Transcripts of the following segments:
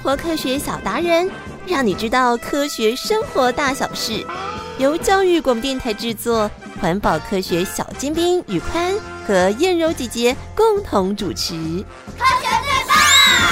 活科学小达人，让你知道科学生活大小事。由教育广播电台制作，环保科学小尖兵宇宽和燕柔姐姐共同主持。 科学最棒！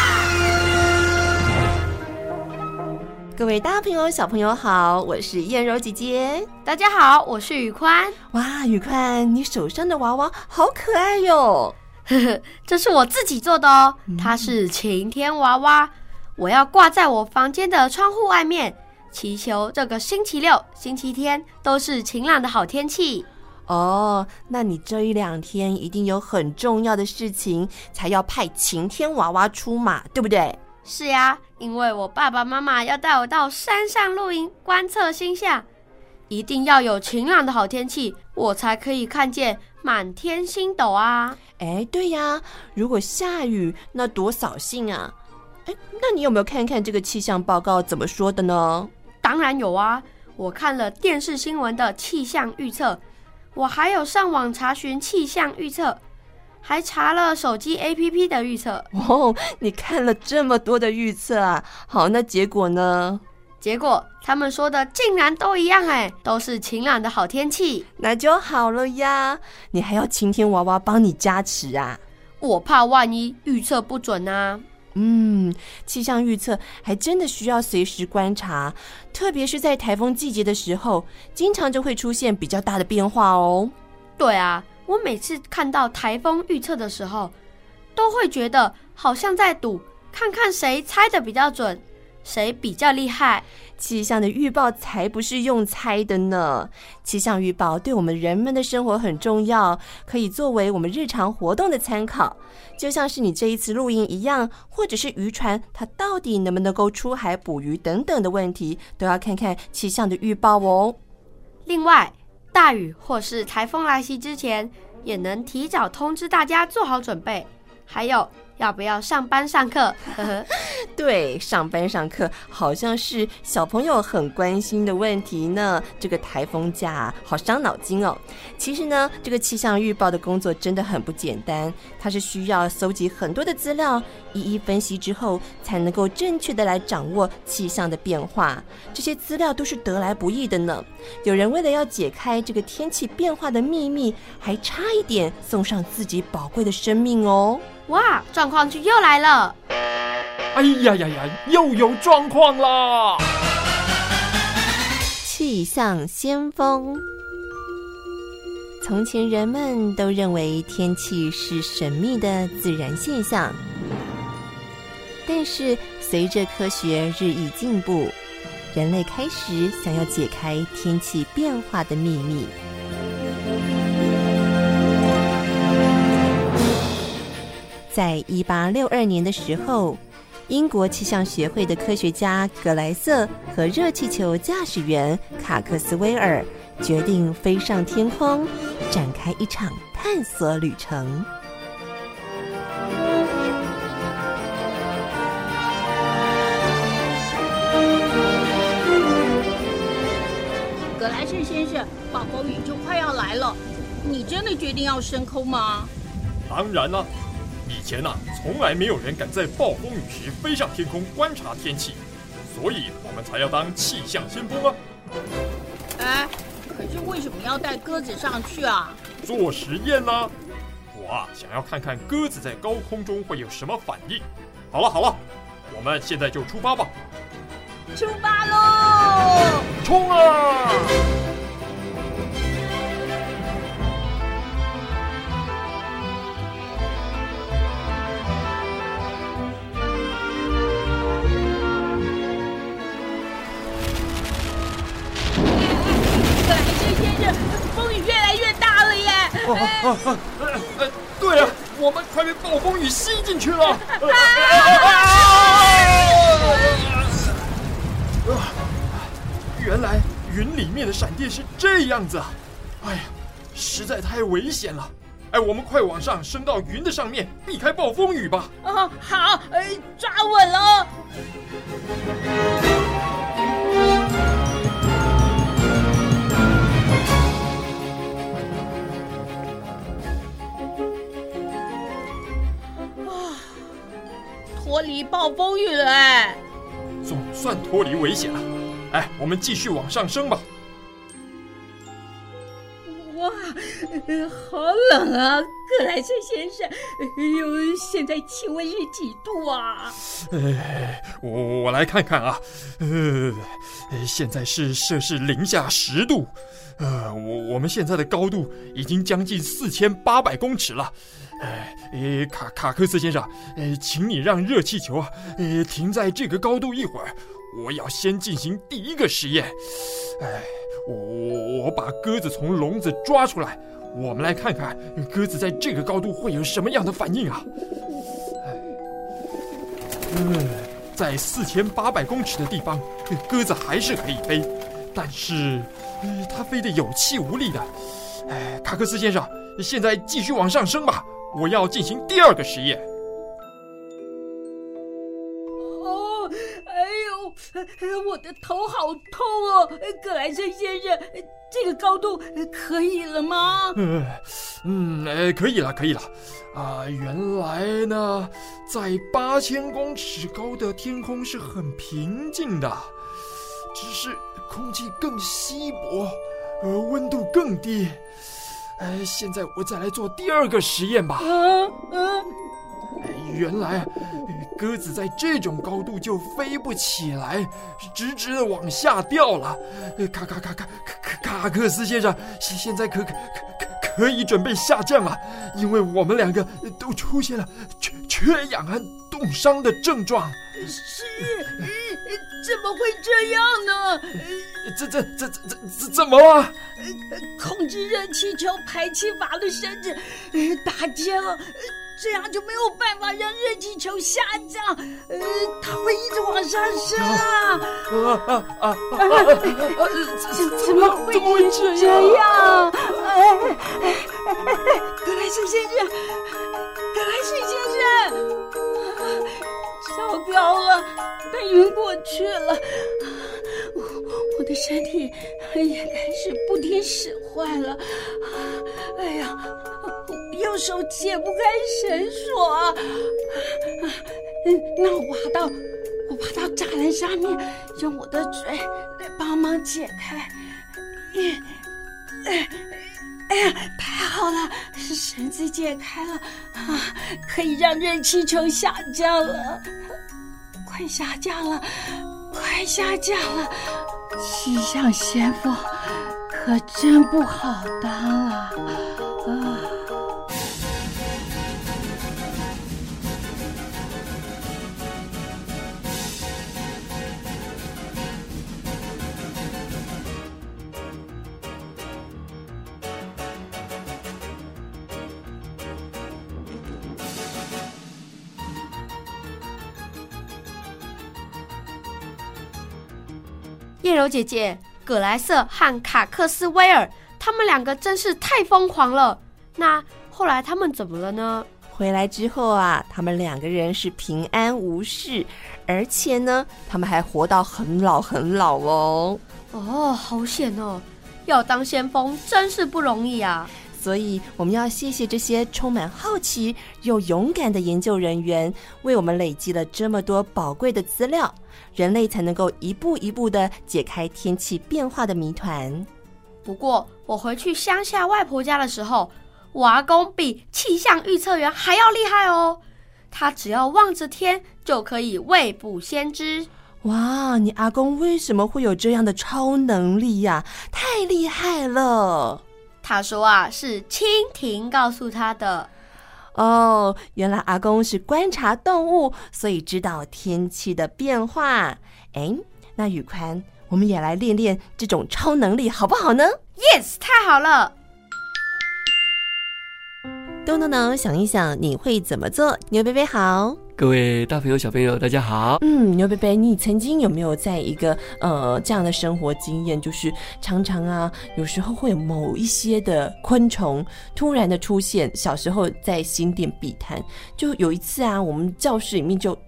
各位大朋友小朋友好，我是燕柔姐姐。 大家好，我是宇宽。 哇，宇宽，你手上的娃娃好可爱哟！ 这是我自己做的哦，它是晴天娃娃，我要挂在我房间的窗户外面，祈求这个星期六、星期天都是晴朗的好天气。 哦，那你这一两天一定有很重要的事情，才要派晴天娃娃出马，对不对？ 是呀，因为我爸爸妈妈要带我到山上露营观测星象，一定要有晴朗的好天气，我才可以看见满天星斗啊。 哎，对呀，如果下雨那多扫兴啊。哎，那你有没有看看这个气象报告怎么说的呢？ 当然有啊，我看了电视新闻的气象预测，我还有上网查询气象预测，还查了手机 APP 的预测。 哦，你看了这么多的预测啊。好，那结果呢？ 结果他们说的竟然都一样，都是晴朗的好天气。 那就好了呀，你还要晴天娃娃帮你加持啊？ 我怕万一预测不准啊。 气象预测还真的需要随时观察，特别是在台风季节的时候，经常就会出现比较大的变化哦。 对啊，我每次看到台风预测的时候，都会觉得好像在赌，看看谁猜得比较准，谁比较厉害。 气象的预报才不是用猜的呢，气象预报对我们人们的生活很重要，可以作为我们日常活动的参考，就像是你这一次露营一样，或者是渔船它到底能不能够出海捕鱼等等的问题，都要看看气象的预报哦。 另外，大雨或是台风来袭之前，也能提早通知大家做好准备。还有，要不要上班上课？ 对，上班上课好像是小朋友很关心的问题呢。这个台风假好伤脑筋哦。其实呢，这个气象预报的工作真的很不简单，它是需要搜集很多的资料，一一分析之后，才能够正确的来掌握气象的变化。这些资料都是得来不易的呢。有人为了要解开这个天气变化的秘密，还差一点送上自己宝贵的生命哦。 哇，状况剧又来了！ 哎呀呀呀，又有状况啦！ 气象先锋。从前人们都认为天气是神秘的自然现象，但是随着科学日益进步，人类开始想要解开天气变化的秘密。在1862年的时候，英国气象学会的科学家格莱瑟和热气球驾驶员卡克斯威尔决定飞上天空，展开一场探索旅程。 格莱瑟先生，暴风雨就快要来了，你真的决定要升空吗？ 当然了。以前从来没有人敢在暴风雨时飞上天空观察天气，所以我们才要当气象先锋啊！ 哎，可是为什么要带鸽子上去啊？ 做实验啊！我想要看看鸽子在高空中会有什么反应。好了，我们现在就出发吧！ 出发喽！ 冲啊！ 风雨越来越大了耶！ 对啊，我们快被暴风雨吸进去了！原来云里面的闪电是这样子啊！哎呀，实在太危险了！哎，我们快往上升到云的上面，避开暴风雨吧！ 哦，好，抓稳了！脱离暴风雨了哎！ 算脱离危险了。哎，我们继续往上升吧。 哇，好冷啊，格莱瑟先生！哎呦，现在气温是几度啊？ 我来看看啊，现在是摄氏-10度，我们现在的高度已经将近4800公尺了。卡克斯先生，请你让热气球停在这个高度一会儿，我要先进行第一个实验。我把鸽子从笼子抓出来，我们来看看鸽子在这个高度会有什么样的反应啊。在4800公尺的地方，鸽子还是可以飞，但是它飞得有气无力的。卡克斯先生，现在继续往上升吧，我要进行第二个实验。 我的头好痛哦，格莱瑟先生，这个高度可以了吗？ 可以了。原来呢，在8000公尺高的天空是很平静的，只是空气更稀薄，温度更低。现在我再来做第二个实验吧。原来鸽子在这种高度就飞不起来，直直的往下掉了。卡克斯先生，现在可以准备下降了，因为我们两个都出现了缺氧和冻伤的症状。 是，怎么会这样呢？ 怎么了？ 控制热气球排气阀的绳子打结了，这样就没有办法让热气球下降，它会一直往上升啊！怎么会这样？格莱瑟先生，糟糕了，他晕过去了。我的身体也开始不听使唤了。哎呀，右手解不开绳索。那我爬到栅栏上面，用我的嘴来帮忙解开。哎呀，太好了，绳子解开了，可以让热气球下降了。快下降了！气象先锋可真不好当啊！ 叶柔姐姐，葛莱瑟和卡克斯威尔，他们两个真是太疯狂了。那后来他们怎么了呢？ 回来之后啊，他们两个人是平安无事，而且呢，他们还活到很老哦。 哦，好险哦！要当先锋真是不容易啊。 所以我们要谢谢这些充满好奇又勇敢的研究人员，为我们累积了这么多宝贵的资料，人类才能够一步一步的解开天气变化的谜团。 不过我回去乡下外婆家的时候，我阿公比气象预测员还要厉害哦。他只要望着天就可以未卜先知。 哇，你阿公为什么会有这样的超能力呀？太厉害了！ 他说啊，是蜻蜓告诉他的。 哦，原来阿公是观察动物，所以知道天气的变化。哎，那宇宽，我们也来练练这种超能力好不好呢？ Yes， 太好了。 动动脑想一想你会怎么做。牛贝贝好。 各位大朋友小朋友大家好。 牛贝贝，你曾经有没有在一个这样的生活经验，就是常常啊有时候会有某一些的昆虫突然的出现，小时候在新店碧潭，就有一次啊我们教室里面就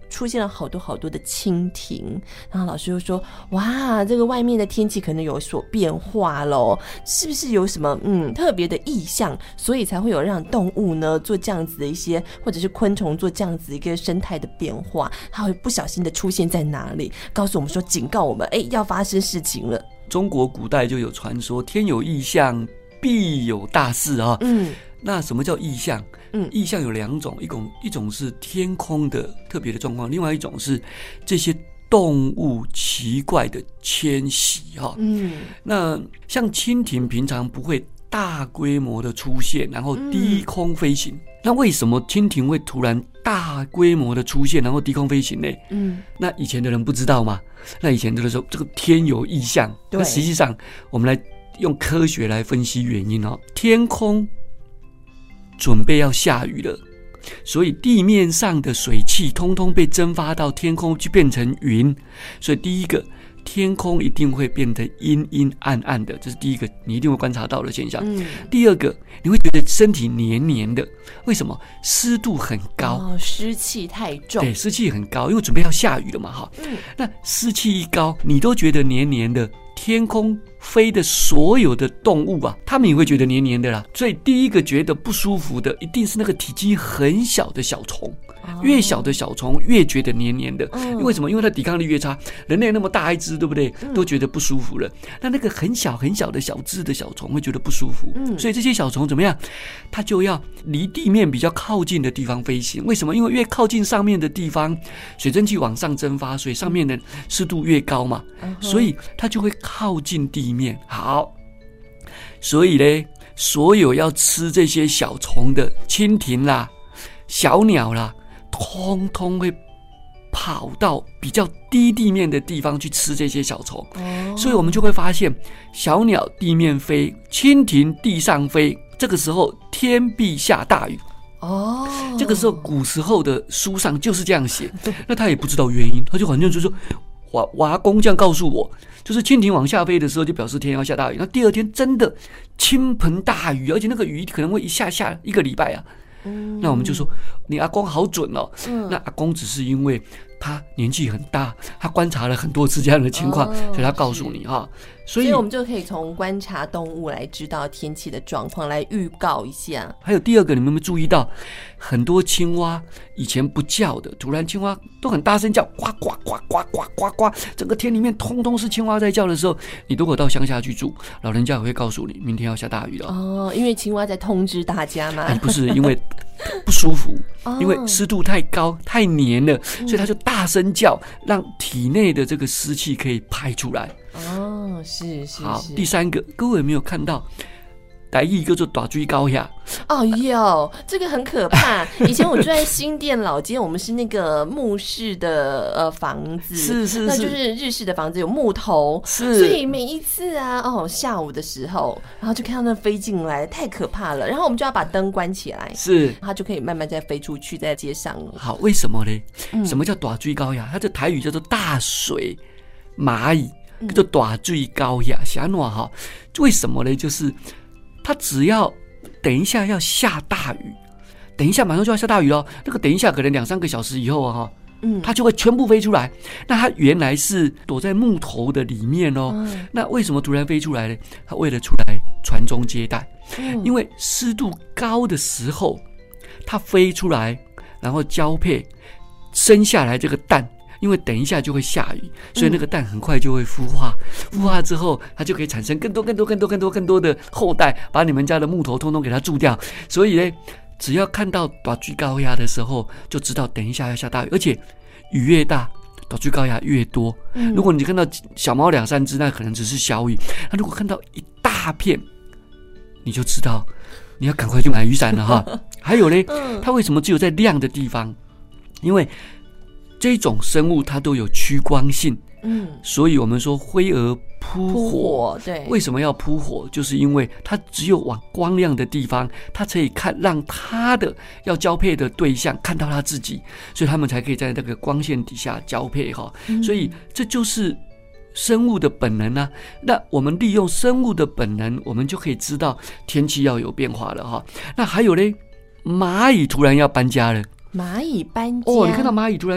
出现了好多好多的蜻蜓，然后老师就说哇，这个外面的天气可能有所变化咯，是不是有什么特别的意象，所以才会有让动物呢做这样子的一些，或者是昆虫做这样子一个生态的变化，它会不小心的出现在哪里，告诉我们说，警告我们要发生事情了。 中国古代就有传说，天有异象必有大事啊。那什么叫异象？异象有两种，一种是天空的特别的状况，另外一种是这些动物奇怪的迁徙哈。那像蜻蜓平常不会大规模的出现，然后低空飞行。那为什么蜻蜓会突然大规模的出现，然后低空飞行呢？那以前的人不知道嘛？那以前的时候，这个天有异象。那实际上，我们来用科学来分析原因哦。天空准备要下雨了，所以地面上的水汽通通被蒸发到天空去变成云。所以第一个，天空一定会变得阴阴暗暗的，这是第一个你一定会观察到的现象。第二个，你会觉得身体黏黏的，为什么？湿度很高， 湿气太重。 对，湿气很高，因为准备要下雨了嘛哈。那湿气一高，你都觉得黏黏的，天空飞的所有的动物啊，他们也会觉得黏黏的啦。所以第一个觉得不舒服的，一定是那个体积很小的小虫。越小的小虫越觉得黏黏的，为什么？因为它抵抗力越差。人类那么大一只，对不对？都觉得不舒服了。那个很小很小的小只的小虫会觉得不舒服，所以这些小虫怎么样？它就要离地面比较靠近的地方飞行。为什么？因为越靠近上面的地方，水蒸气往上蒸发，所以上面的湿度越高嘛，所以它就会靠近地面。好，所以呢，所有要吃这些小虫的蜻蜓啦、小鸟啦，通通会跑到比较低地面的地方去吃这些小虫。所以我们就会发现，小鸟地面飞，蜻蜓地上飞，这个时候天必下大雨。这个时候古时候的书上就是这样写。那他也不知道原因，他就反正就说我阿公这样告诉我，就是蜻蜓往下飞的时候就表示天要下大雨。那第二天真的倾盆大雨，而且那个雨可能会下一个礼拜啊。那我们就说你阿公好准哦。那阿公只是因为他年纪很大，他观察了很多次这样的情况，所以他告诉你哈。所以我们就可以从观察动物来知道天气的状况，来预告一下。 还有第二个，你们有没有注意到很多青蛙以前不叫的，突然青蛙都很大声叫，呱呱呱呱呱呱呱，整个天里面通通是青蛙在叫的时候，你如果到乡下去住，老人家也会告诉你明天要下大雨了。 因为青蛙在通知大家嘛。 不是，因为不舒服，因为湿度太高太黏了，所以它就大声叫，让体内的这个湿气可以排出来。 是。 好，第三个，各位有没有看到台语叫做大水狗呀？ 有，这个很可怕。以前我住在新店老街，我们是那个木式的房子，是，那就是日式的房子，有木头，所以每一次啊，下午的时候，然后就看到那飞进来，太可怕了。然后我们就要把灯关起来，它就可以慢慢再飞出去，在街上了。 好，为什么呢？什么叫大水狗呀？它的台语叫做大水蚂蚁，叫做大水狗呀。是怎样哈？为什么呢？就是它只要等一下要下大雨，等一下马上就要下大雨了，那个等一下可能2-3个小时以后啊，它就会全部飞出来。那它原来是躲在木头的里面哦，那为什么突然飞出来呢？它为了出来传宗接代，因为湿度高的时候，它飞出来，然后交配生下来这个蛋。因为等一下就会下雨，所以那个蛋很快就会孵化，孵化之后它就可以产生更多的后代，把你们家的木头通通给它蛀掉。所以呢，只要看到大水狗呀的时候，就知道等一下要下大雨，而且雨越大，大水狗呀越多。如果你看到小猫2-3只，那可能只是小雨；那如果看到一大片，你就知道你要赶快去买雨伞了哈。还有呢，它为什么只有在亮的地方？因为这种生物它都有趋光性，所以我们说飞蛾扑火， 对， 为什么要扑火？就是因为它只有往光亮的地方，它可以让它的要交配的对象看到它自己，所以它们才可以在那个光线底下交配哈。所以这就是生物的本能啊。那我们利用生物的本能，我们就可以知道天气要有变化了哈。那还有呢，蚂蚁突然要搬家了。 蚂蚁搬家你看到蚂蚁突然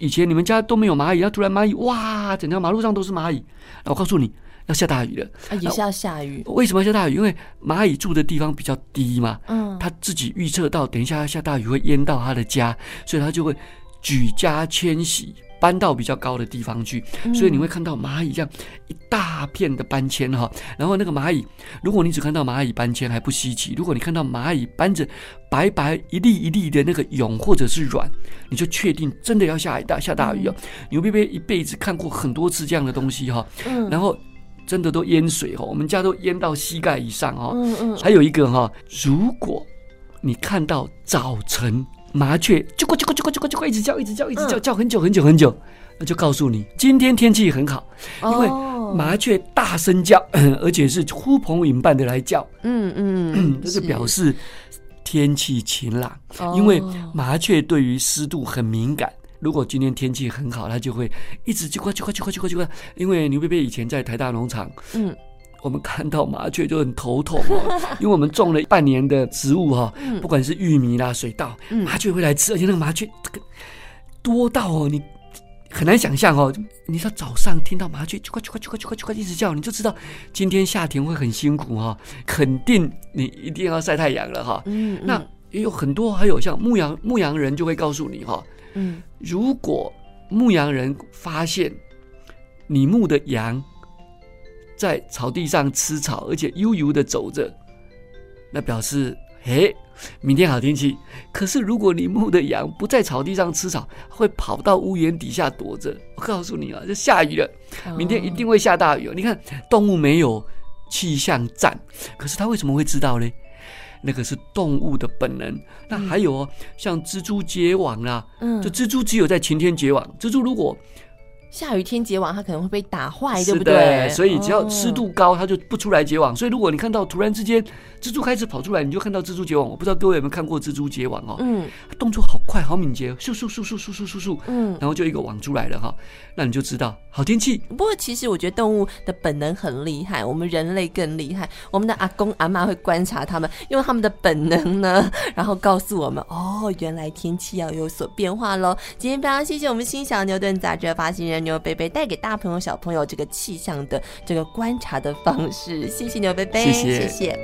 以前你们家都没有蚂蚁，然后突然蚂蚁，哇，整条马路上都是蚂蚁。我告诉你，要下大雨了。 也是要下雨。 为什么要下大雨？因为蚂蚁住的地方比较低嘛， 他自己预测到等一下要下大雨会淹到他的家，所以他就会举家迁徙，搬到比较高的地方去。所以你会看到蚂蚁这样一大片的搬迁哈。然后那个蚂蚁，如果你只看到蚂蚁搬迁还不稀奇，如果你看到蚂蚁搬着白白一粒一粒的那个蛹或者是卵，你就确定真的要下大雨哦。牛贝贝一辈子看过很多次这样的东西哈，然后真的都淹水哈，我们家都淹到膝盖以上哈。还有一个哈，如果你看到早晨麻雀啾咕啾咕啾咕啾咕啾咕一直叫叫很久很久很久，那就告诉你今天天气很好，因为麻雀大声叫，而且是呼朋引伴的来叫，这是表示天气晴朗，因为麻雀对于湿度很敏感。如果今天天气很好，它就会一直啾呱。因为牛贝贝以前在台大农场，我们看到麻雀就很头痛因为我们种了半年的植物不管是玉米啦、水稻，麻雀会来吃，而且那个麻雀多到你很难想象你到早上听到麻雀啾呱一直叫，你就知道今天夏天会很辛苦肯定你一定要晒太阳了那也有很多，还有像牧羊人就会告诉你如果牧羊人发现你牧的羊在草地上吃草，而且悠悠的走着，那表示明天好天气。可是如果你牧的羊不在草地上吃草，会跑到屋檐底下躲着，我告诉你就下雨了，明天一定会下大雨你看动物没有气象站，可是它为什么会知道呢？那个是动物的本能。那还有像蜘蛛结网啦，就蜘蛛只有在晴天结网，蜘蛛如果下雨天结网，它可能会被打坏， 对不对？所以只要湿度高，它就不出来结网。所以如果你看到突然之间蜘蛛开始跑出来，你就看到蜘蛛结网。我不知道各位有没有看过蜘蛛结网它动作好快，好敏捷，咻咻咻咻咻咻咻咻，然后就一个网出来了那你就知道好天气。 不过其实我觉得动物的本能很厉害，我们人类更厉害。我们的阿公阿嬷会观察他们，用他们的本能呢，然后告诉我们原来天气要有所变化咯。今天非常谢谢我们新小牛顿杂志的发行人牛贝贝带给大朋友小朋友这个气象的这个观察的方式，谢谢牛贝贝，谢谢。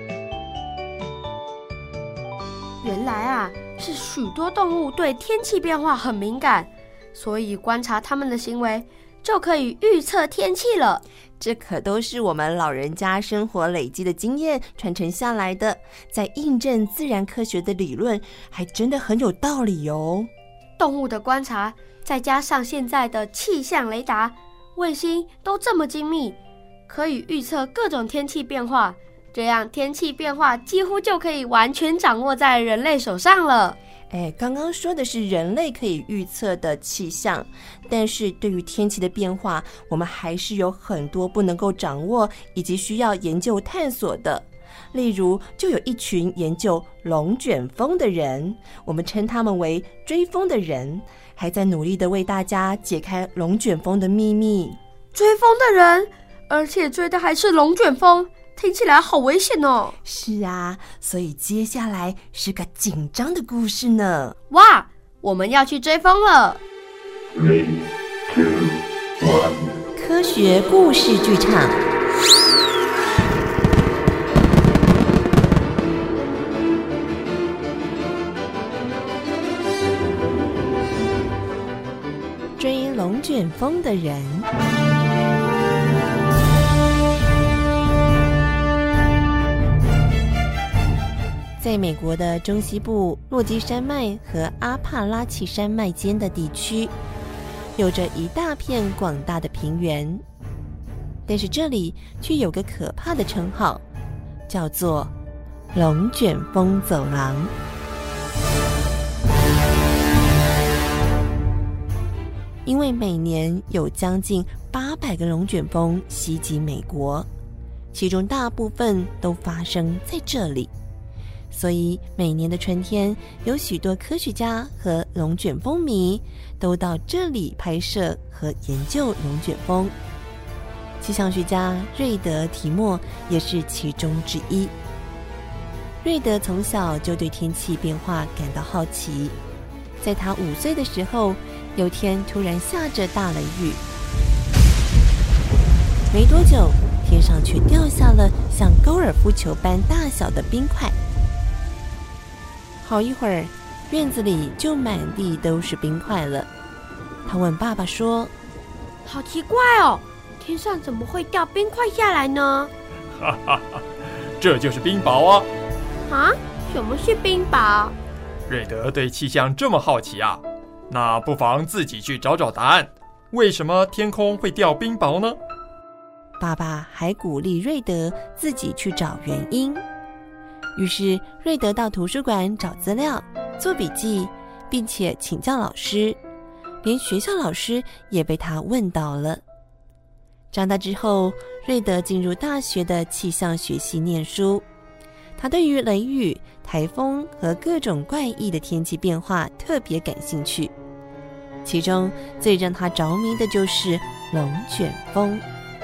原来是许多动物对天气变化很敏感，所以观察他们的行为就可以预测天气了。 这可都是我们老人家生活累积的经验传承下来的，在印证自然科学的理论，还真的很有道理动物的观察再加上现在的气象雷达、卫星都这么精密，可以预测各种天气变化，这样天气变化几乎就可以完全掌握在人类手上了。 刚刚说的是人类可以预测的气象，但是对于天气的变化，我们还是有很多不能够掌握以及需要研究探索的。例如就有一群研究龙卷风的人，我们称他们为追风的人，还在努力的为大家解开龙卷风的秘密。 追风的人，而且追的还是龙卷风，听起来好危险是啊，所以接下来是个紧张的故事呢。 哇，我们要去追风了。 3, 2, 1 科学故事剧场。追龙卷风的人。在美国的中西部落基山脉和阿帕拉契山脉间的地区，有着一大片广大的平原，但是这里却有个可怕的称号，叫做龙卷风走廊。因为每年有将近800个龙卷风袭击美国，其中大部分都发生在这里，所以每年的春天，有许多科学家和龙卷风迷都到这里拍摄和研究龙卷风。气象学家瑞德·提莫也是其中之一。瑞德从小就对天气变化感到好奇，在他5岁的时候， 有天突然下着大雷雨，没多久，天上却掉下了像高尔夫球般大小的冰块。好一会儿，院子里就满地都是冰块了。他问爸爸说：“ 好奇怪哦，天上怎么会掉冰块下来呢？” 哈哈哈，这就是冰雹啊！ 啊？什么是冰雹？ 瑞德对气象这么好奇啊，那不妨自己去找找答案。为什么天空会掉冰雹呢？ 爸爸还鼓励瑞德自己去找原因。于是瑞德到图书馆找资料、做笔记，并且请教老师，连学校老师也被他问倒了。长大之后，瑞德进入大学的气象学系念书。他对于雷雨、台风和各种怪异的天气变化特别感兴趣，其中最让他着迷的就是龙卷风。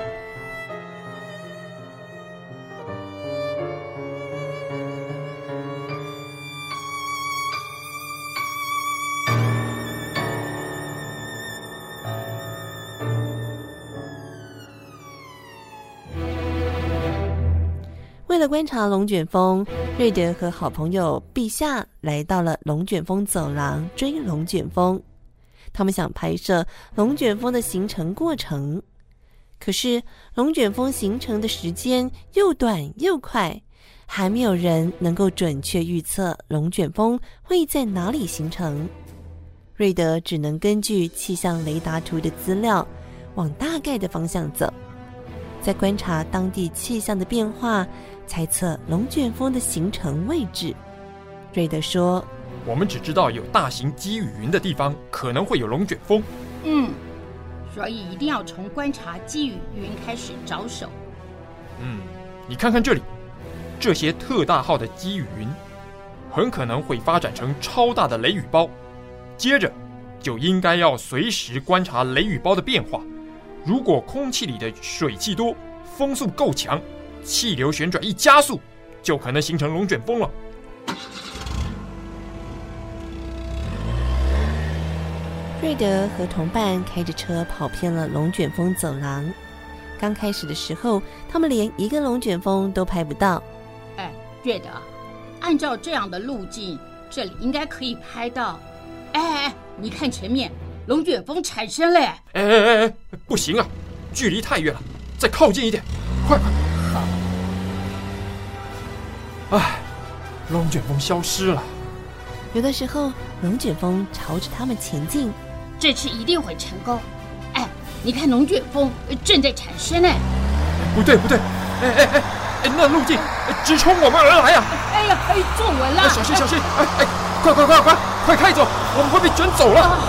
为了观察龙卷风，瑞德和好朋友陛下来到了龙卷风走廊追龙卷风。他们想拍摄龙卷风的形成过程，可是龙卷风形成的时间又短又快，还没有人能够准确预测龙卷风会在哪里形成。瑞德只能根据气象雷达图的资料往大概的方向走，再观察当地气象的变化，猜测龙卷风的形成位置。瑞德说：“ 我们只知道有大型积雨云的地方可能会有龙卷风。 所以一定要从观察积雨云开始着手。 你看看这里，这些特大号的积雨云，很可能会发展成超大的雷雨包。接着，就应该要随时观察雷雨包的变化。如果空气里的水汽多，风速够强，气流旋转一加速，就可能形成龙卷风了。” 瑞德和同伴开着车跑遍了龙卷风走廊。刚开始的时候，他们连一个龙卷风都拍不到。 瑞德，按照这样的路径，这里应该可以拍到。你看前面，龙卷风产生了。 不行啊，距离太远了，再靠近一点，快！好。龙卷风消失了。 有的时候，龙卷风朝着他们前进。 这次一定会成功。你看龙卷风正在产生。 不对，那路径直冲我们而来啊！ 坐稳了， 小心！快开走，我们会被卷走了。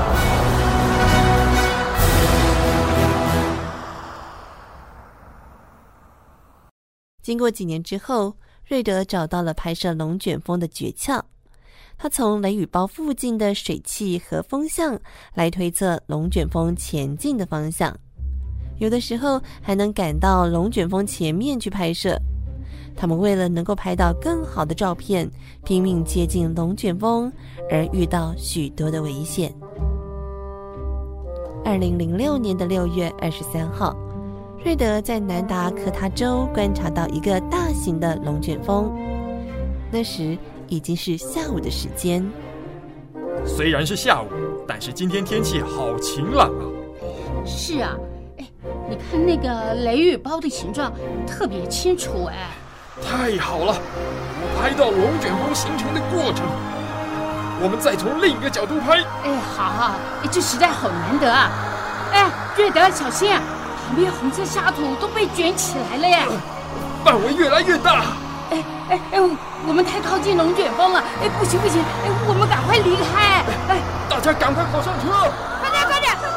经过几年之后，瑞德找到了拍摄龙卷风的诀窍。他从雷雨包附近的水汽和风向来推测龙卷风前进的方向，有的时候还能赶到龙卷风前面去拍摄。他们为了能够拍到更好的照片，拼命接近龙卷风，而遇到许多的危险。2006年的6月23号，瑞德在南达科他州观察到一个大型的龙卷风，那时已经是下午的时间。 虽然是下午，但是今天天气好晴朗啊。 是啊，你看那个雷雨包的形状特别清楚。 太好了，我拍到龙卷风形成的过程。我们再从另一个角度拍。 好，这实在好难得啊。瑞德，小心啊，旁边红色沙土都被卷起来了耶。 范围越来越大。 我们太靠近龙卷风了。不行，我们赶快离开。 大家赶快跑上车。 快点！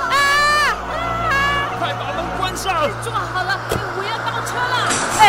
快把门关上。 坐好了，我要倒车了。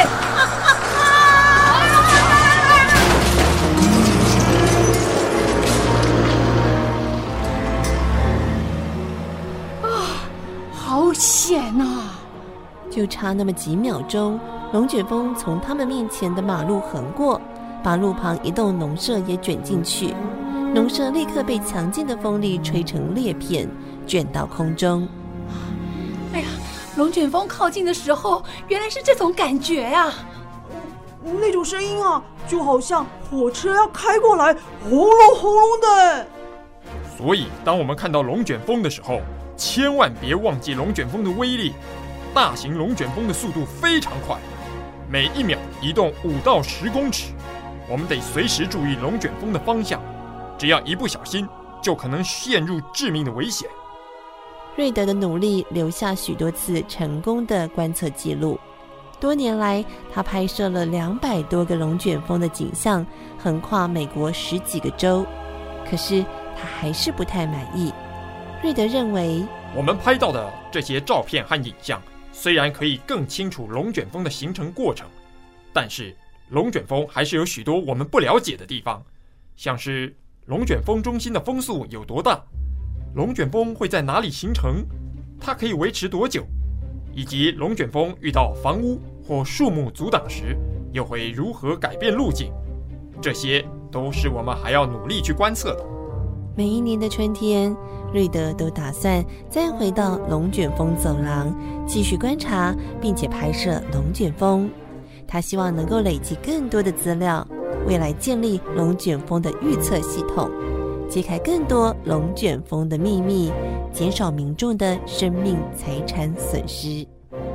好险啊！ 就差那么几秒钟，龙卷风从他们面前的马路横过，把路旁一栋农舍也卷进去。 农舍立刻被强劲的风力吹成裂片，卷到空中。 哎呀，龙卷风靠近的时候，原来是这种感觉呀！ 那种声音啊，就好像火车要开过来，轰隆轰隆的。 所以，当我们看到龙卷风的时候，千万别忘记龙卷风的威力。大型龙卷风的速度非常快，每1秒移动5到10公尺。我们得随时注意龙卷风的方向，只要一不小心，就可能陷入致命的危险。 瑞德的努力留下许多次成功的观测记录。多年来，他拍摄了200多个龙卷风的景象，横跨美国10几个州。可是他还是不太满意。瑞德认为， 我们拍到的这些照片和影像，虽然可以更清楚龙卷风的形成过程，但是龙卷风还是有许多我们不了解的地方，像是龙卷风中心的风速有多大，龙卷风会在哪里形成，它可以维持多久，以及龙卷风遇到房屋或树木阻挡时，又会如何改变路径。这些都是我们还要努力去观测的。 每一年的春天，瑞德都打算再回到龙卷风走廊，继续观察并且拍摄龙卷风。他希望能够累积更多的资料，未来建立龙卷风的预测系统，揭开更多龙卷风的秘密，减少民众的生命财产损失。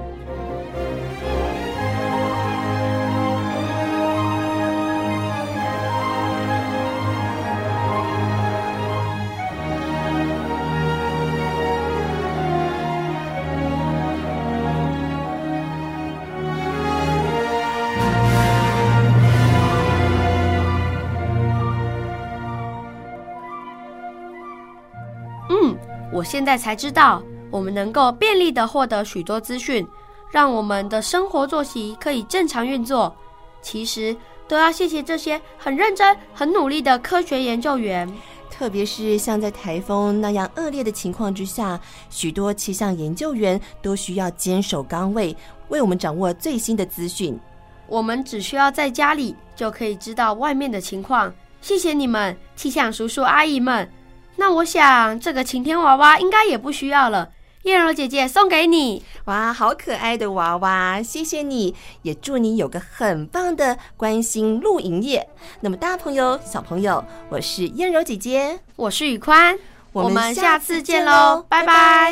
我现在才知道，我们能够便利地获得许多资讯，让我们的生活作息可以正常运作。其实都要谢谢这些很认真、很努力的科学研究员。 特别是像在台风那样恶劣的情况之下，许多气象研究员都需要坚守岗位，为我们掌握最新的资讯。 我们只需要在家里就可以知道外面的情况。谢谢你们，气象叔叔阿姨们。那我想这个晴天娃娃应该也不需要了，燕柔姐姐送给你。 哇，好可爱的娃娃，谢谢你，也祝你有个很棒的观星露营夜。那么大朋友小朋友，我是燕柔姐姐， 我是宇宽， 我们下次见喽，拜拜。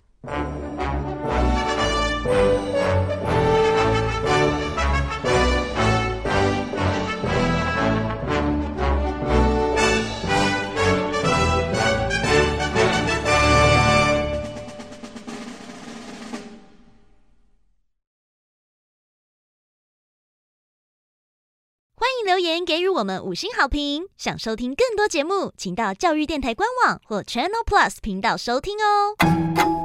欢迎留言给予我们5星好评。想收听更多节目，请到教育电台官网或 Channel Plus 频道收听哦。